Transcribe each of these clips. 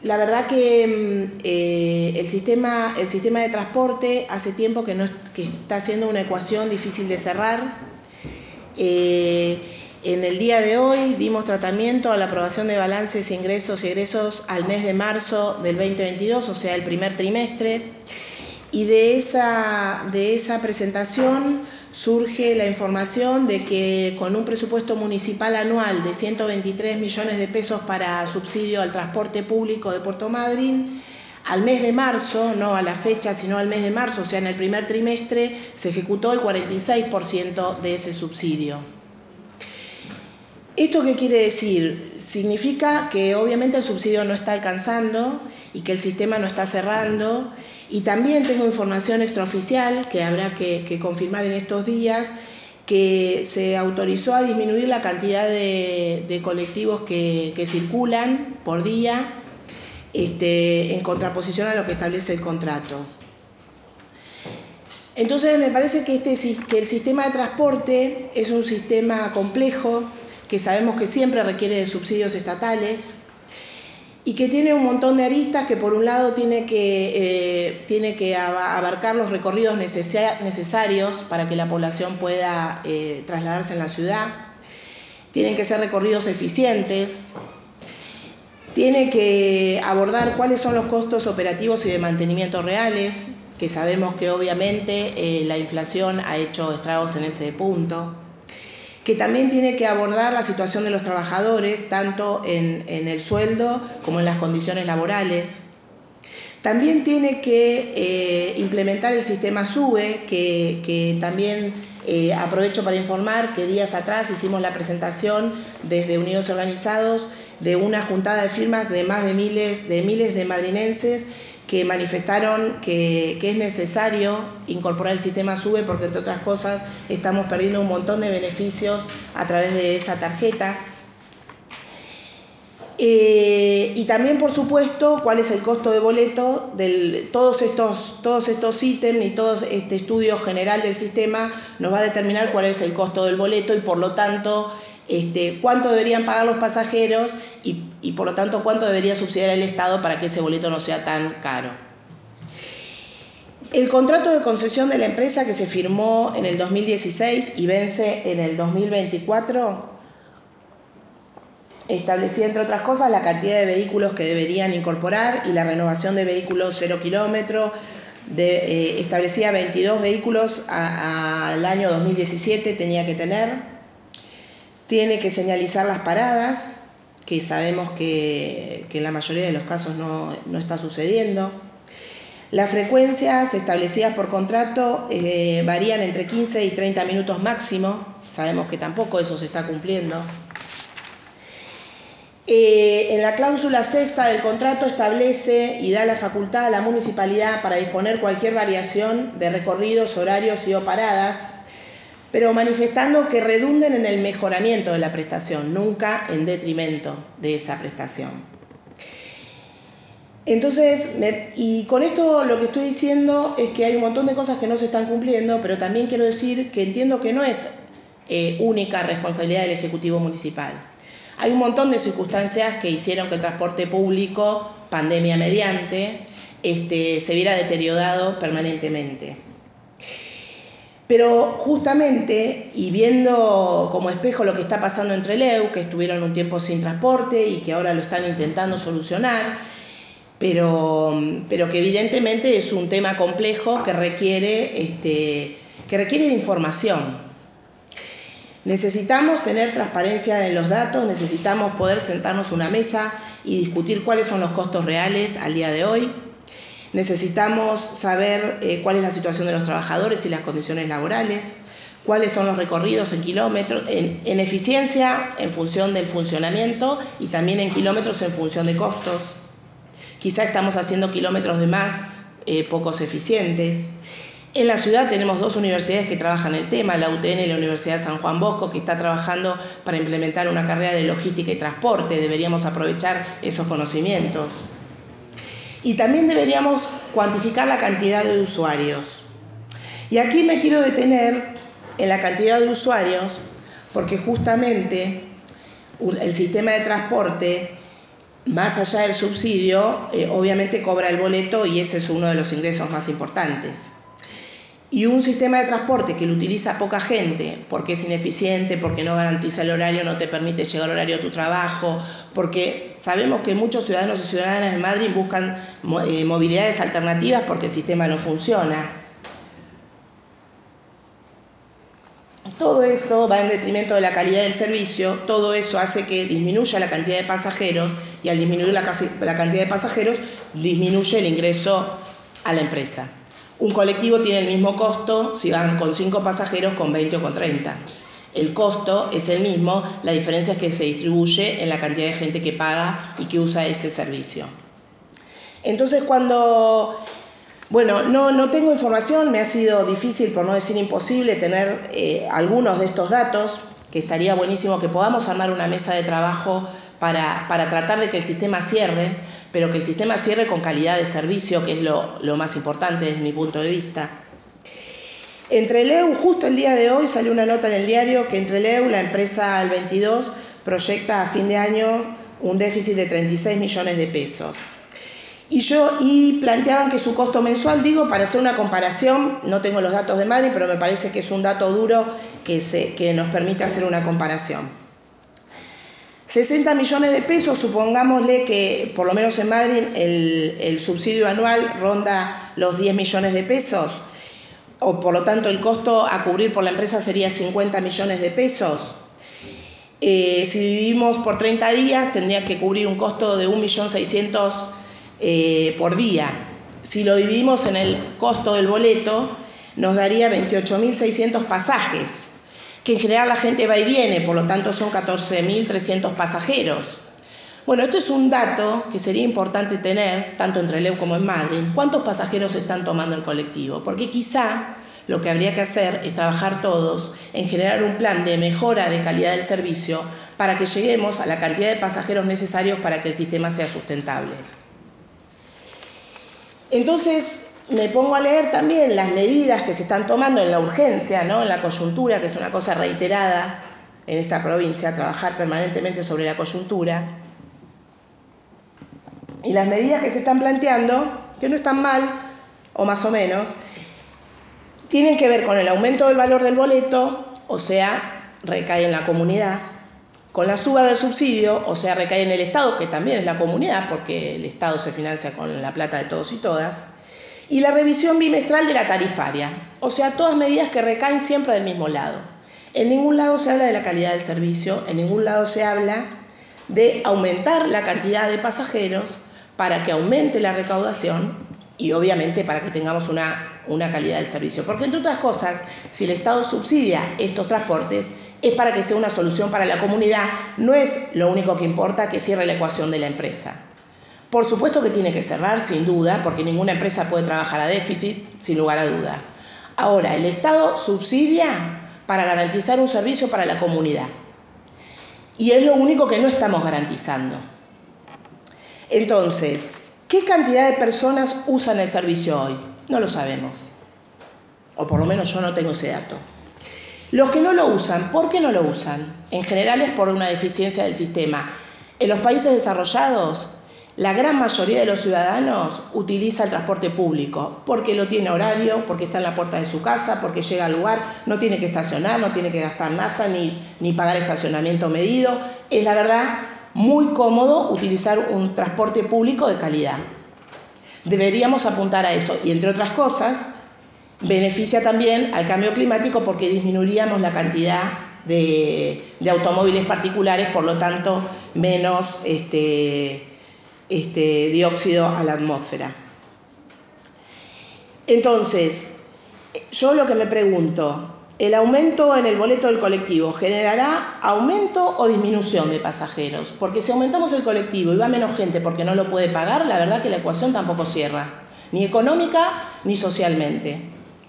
La verdad que el sistema de transporte hace tiempo que está siendo una ecuación difícil de cerrar. En el día de hoy dimos tratamiento a la aprobación de balances, ingresos y egresos al mes de marzo del 2022, o sea, el primer trimestre. Y de esa presentación surge la información de que con un presupuesto municipal anual de 123 millones de pesos para subsidio al transporte público de Puerto Madryn, al mes de marzo, no a la fecha, sino al mes de marzo, o sea, en el primer trimestre, se ejecutó el 46% de ese subsidio. ¿Esto qué quiere decir? Significa que obviamente el subsidio no está alcanzando y que el sistema no está cerrando. Y también tengo información extraoficial que habrá que confirmar en estos días, que se autorizó a disminuir la cantidad de colectivos que circulan por día, en contraposición a lo que establece el contrato. Entonces me parece que el sistema de transporte es un sistema complejo, que sabemos que siempre requiere de subsidios estatales y que tiene un montón de aristas, que por un lado tiene que abarcar los recorridos necesarios para que la población pueda trasladarse en la ciudad, tienen que ser recorridos eficientes, tiene que abordar cuáles son los costos operativos y de mantenimiento reales, que sabemos que obviamente la inflación ha hecho estragos en ese punto, que también tiene que abordar la situación de los trabajadores, tanto en el sueldo como en las condiciones laborales. También tiene que implementar el sistema SUBE, que también aprovecho para informar que días atrás hicimos la presentación desde Unidos y Organizados de una juntada de firmas de más de miles de madrinenses que manifestaron que es necesario incorporar el sistema SUBE, porque entre otras cosas estamos perdiendo un montón de beneficios a través de esa tarjeta. Y también, por supuesto, cuál es el costo de boleto de todos estos ítems, y todo este estudio general del sistema nos va a determinar cuál es el costo del boleto y, por lo tanto, cuánto deberían pagar los pasajeros y por lo tanto cuánto debería subsidiar el Estado para que ese boleto no sea tan caro. El contrato de concesión de la empresa, que se firmó en el 2016 y vence en el 2024, establecía, entre otras cosas, la cantidad de vehículos que deberían incorporar y la renovación de vehículos 0 kilómetros. Establecía 22 vehículos al año 2017 tenía que tener. Tiene que señalizar las paradas, que sabemos que en la mayoría de los casos no está sucediendo. Las frecuencias establecidas por contrato varían entre 15 y 30 minutos máximo. Sabemos que tampoco eso se está cumpliendo. En la cláusula sexta del contrato establece y da la facultad a la municipalidad para disponer cualquier variación de recorridos, horarios y o paradas, pero manifestando que redunden en el mejoramiento de la prestación, nunca en detrimento de esa prestación. Entonces, y con esto lo que estoy diciendo es que hay un montón de cosas que no se están cumpliendo, pero también quiero decir que entiendo que no es única responsabilidad del Ejecutivo Municipal. Hay un montón de circunstancias que hicieron que el transporte público, pandemia mediante, se viera deteriorado permanentemente. Pero justamente, y viendo como espejo lo que está pasando en Trelew, que estuvieron un tiempo sin transporte y que ahora lo están intentando solucionar, pero que evidentemente es un tema complejo que requiere de información. Necesitamos tener transparencia en los datos, necesitamos poder sentarnos a una mesa y discutir cuáles son los costos reales al día de hoy. Necesitamos saber cuál es la situación de los trabajadores y las condiciones laborales, cuáles son los recorridos en kilómetros, en eficiencia en función del funcionamiento y también en kilómetros en función de costos. Quizá estamos haciendo kilómetros de más, pocos eficientes. En la ciudad tenemos dos universidades que trabajan el tema, la UTN y la Universidad de San Juan Bosco, que está trabajando para implementar una carrera de logística y transporte. Deberíamos aprovechar esos conocimientos. Y también deberíamos cuantificar la cantidad de usuarios. Y aquí me quiero detener en la cantidad de usuarios, porque justamente el sistema de transporte más allá del subsidio, obviamente cobra el boleto y ese es uno de los ingresos más importantes. Y un sistema de transporte que lo utiliza poca gente porque es ineficiente, porque no garantiza el horario, no te permite llegar al horario a tu trabajo, porque sabemos que muchos ciudadanos y ciudadanas de Madrid buscan movilidades alternativas porque el sistema no funciona. Todo eso va en detrimento de la calidad del servicio, todo eso hace que disminuya la cantidad de pasajeros y al disminuir la cantidad de pasajeros disminuye el ingreso a la empresa. Un colectivo tiene el mismo costo si van con 5 pasajeros, con 20 o con 30. El costo es el mismo, la diferencia es que se distribuye en la cantidad de gente que paga y que usa ese servicio. Entonces no tengo información, me ha sido difícil, por no decir imposible, tener algunos de estos datos, que estaría buenísimo que podamos armar una mesa de trabajo para tratar de que el sistema cierre, pero que el sistema cierre con calidad de servicio, que es lo más importante desde mi punto de vista. Entreleu, justo el día de hoy salió una nota en el diario que Entreleu, la empresa al 22, proyecta a fin de año un déficit de 36 millones de pesos. Y planteaban que su costo mensual, para hacer una comparación, no tengo los datos de Madrid, pero me parece que es un dato duro que nos permite hacer una comparación. 60 millones de pesos, supongámosle que por lo menos en Madrid el subsidio anual ronda los 10 millones de pesos, o por lo tanto el costo a cubrir por la empresa sería 50 millones de pesos. Si dividimos por 30 días, tendría que cubrir un costo de 1.600.000 por día. Si lo dividimos en el costo del boleto, nos daría 28.600 pasajes, que en general la gente va y viene, por lo tanto son 14.300 pasajeros. Bueno, esto es un dato que sería importante tener, tanto en Trelew como en Madrid. ¿Cuántos pasajeros están tomando el colectivo? Porque quizá lo que habría que hacer es trabajar todos en generar un plan de mejora de calidad del servicio para que lleguemos a la cantidad de pasajeros necesarios para que el sistema sea sustentable. Entonces, me pongo a leer también las medidas que se están tomando en la urgencia, ¿no? En la coyuntura, que es una cosa reiterada en esta provincia, trabajar permanentemente sobre la coyuntura. Y las medidas que se están planteando, que no están mal, o más o menos, tienen que ver con el aumento del valor del boleto, o sea, recae en la comunidad, con la suba del subsidio, o sea, recae en el Estado, que también es la comunidad, porque el Estado se financia con la plata de todos y todas, y la revisión bimestral de la tarifaria, o sea, todas medidas que recaen siempre del mismo lado. En ningún lado se habla de la calidad del servicio, en ningún lado se habla de aumentar la cantidad de pasajeros para que aumente la recaudación y obviamente para que tengamos una calidad del servicio. Porque entre otras cosas, si el Estado subsidia estos transportes, es para que sea una solución para la comunidad, no es lo único que importa que cierre la ecuación de la empresa. Por supuesto que tiene que cerrar, sin duda, porque ninguna empresa puede trabajar a déficit, sin lugar a duda. Ahora, el Estado subsidia para garantizar un servicio para la comunidad. Y es lo único que no estamos garantizando. Entonces, ¿qué cantidad de personas usan el servicio hoy? No lo sabemos. O por lo menos yo no tengo ese dato. Los que no lo usan, ¿por qué no lo usan? En general es por una deficiencia del sistema. En los países desarrollados, la gran mayoría de los ciudadanos utiliza el transporte público porque lo tiene horario, porque está en la puerta de su casa, porque llega al lugar, no tiene que estacionar, no tiene que gastar nafta ni pagar estacionamiento medido. Es la verdad muy cómodo utilizar un transporte público de calidad. Deberíamos apuntar a eso y, entre otras cosas, beneficia también al cambio climático porque disminuiríamos la cantidad de automóviles particulares, por lo tanto menos dióxido a la atmósfera. Entonces, yo lo que me pregunto, ¿el aumento en el boleto del colectivo generará aumento o disminución de pasajeros? Porque si aumentamos el colectivo y va menos gente porque no lo puede pagar, la verdad que la ecuación tampoco cierra, ni económica ni socialmente.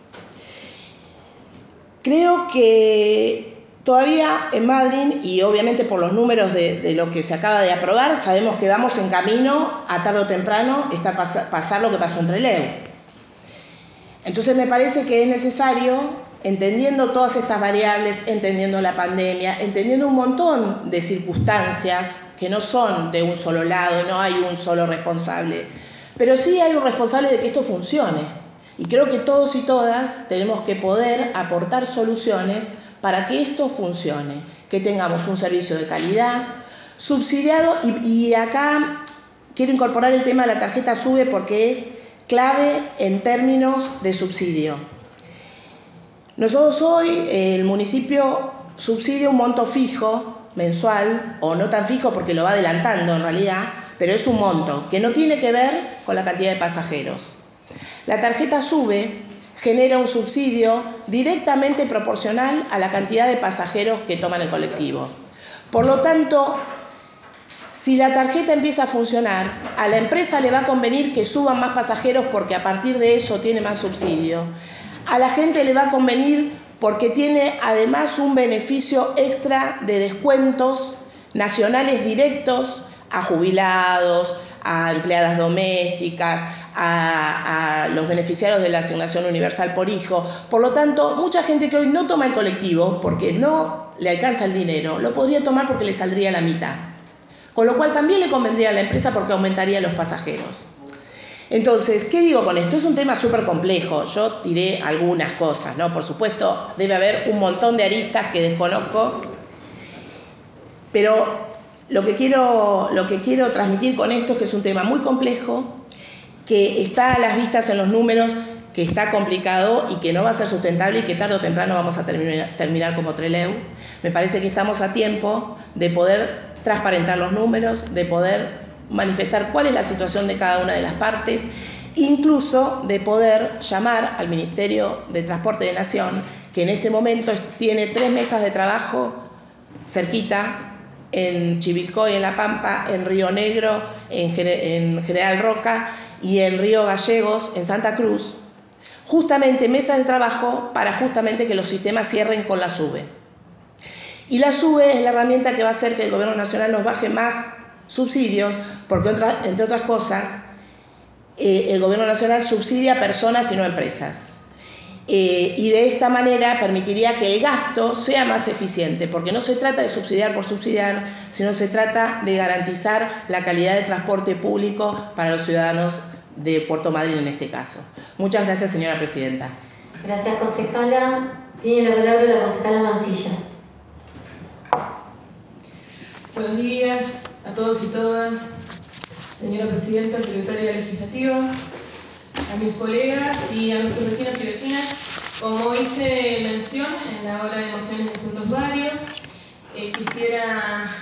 Creo que todavía en Madrid, y obviamente por los números de lo que se acaba de aprobar, sabemos que vamos en camino a tarde o temprano pasar lo que pasó en Trelew. Entonces me parece que es necesario entendiendo todas estas variables, entendiendo la pandemia, entendiendo un montón de circunstancias que no son de un solo lado, no hay un solo responsable, pero sí hay un responsable de que esto funcione. Y creo que todos y todas tenemos que poder aportar soluciones para que esto funcione, que tengamos un servicio de calidad, subsidiado, y acá quiero incorporar el tema de la tarjeta SUBE porque es clave en términos de subsidio. Nosotros hoy, el municipio subsidia un monto fijo, mensual, o no tan fijo porque lo va adelantando en realidad, pero es un monto que no tiene que ver con la cantidad de pasajeros. La tarjeta SUBE genera un subsidio directamente proporcional a la cantidad de pasajeros que toman el colectivo. Por lo tanto, si la tarjeta empieza a funcionar, a la empresa le va a convenir que suban más pasajeros porque a partir de eso tiene más subsidio. A la gente le va a convenir porque tiene además un beneficio extra de descuentos nacionales directos a jubilados, a empleadas domésticas, a los beneficiarios de la asignación universal por hijo. Por lo tanto, mucha gente que hoy no toma el colectivo porque no le alcanza el dinero, lo podría tomar porque le saldría la mitad. Con lo cual también le convendría a la empresa porque aumentaría los pasajeros. Entonces, ¿qué digo con esto? Es un tema súper complejo. Yo tiré algunas cosas, ¿no? Por supuesto, debe haber un montón de aristas que desconozco, pero lo que quiero transmitir con esto es que es un tema muy complejo, que está a las vistas en los números, que está complicado y que no va a ser sustentable y que tarde o temprano vamos a terminar como Trelew. Me parece que estamos a tiempo de poder transparentar los números, de poder manifestar cuál es la situación de cada una de las partes, incluso de poder llamar al Ministerio de Transporte de Nación, que en este momento tiene 3 mesas de trabajo cerquita, en Chivilcoy, en La Pampa, en Río Negro, en General Roca y en Río Gallegos, en Santa Cruz, justamente mesas de trabajo para justamente que los sistemas cierren con la SUBE. Y la SUBE es la herramienta que va a hacer que el gobierno nacional nos baje más subsidios, porque entre otras cosas, el gobierno nacional subsidia a personas y no a empresas. Y de esta manera permitiría que el gasto sea más eficiente, porque no se trata de subsidiar por subsidiar, sino se trata de garantizar la calidad de transporte público para los ciudadanos de Puerto Madryn en este caso. Muchas gracias, señora presidenta. Gracias, concejala. Tiene la palabra la concejala Mancilla. Buenos días a todos y todas, señora presidenta, secretaria legislativa, a mis colegas y a nuestros vecinos y vecinas. Como hice mención en la hora de mociones y asuntos varios, quisiera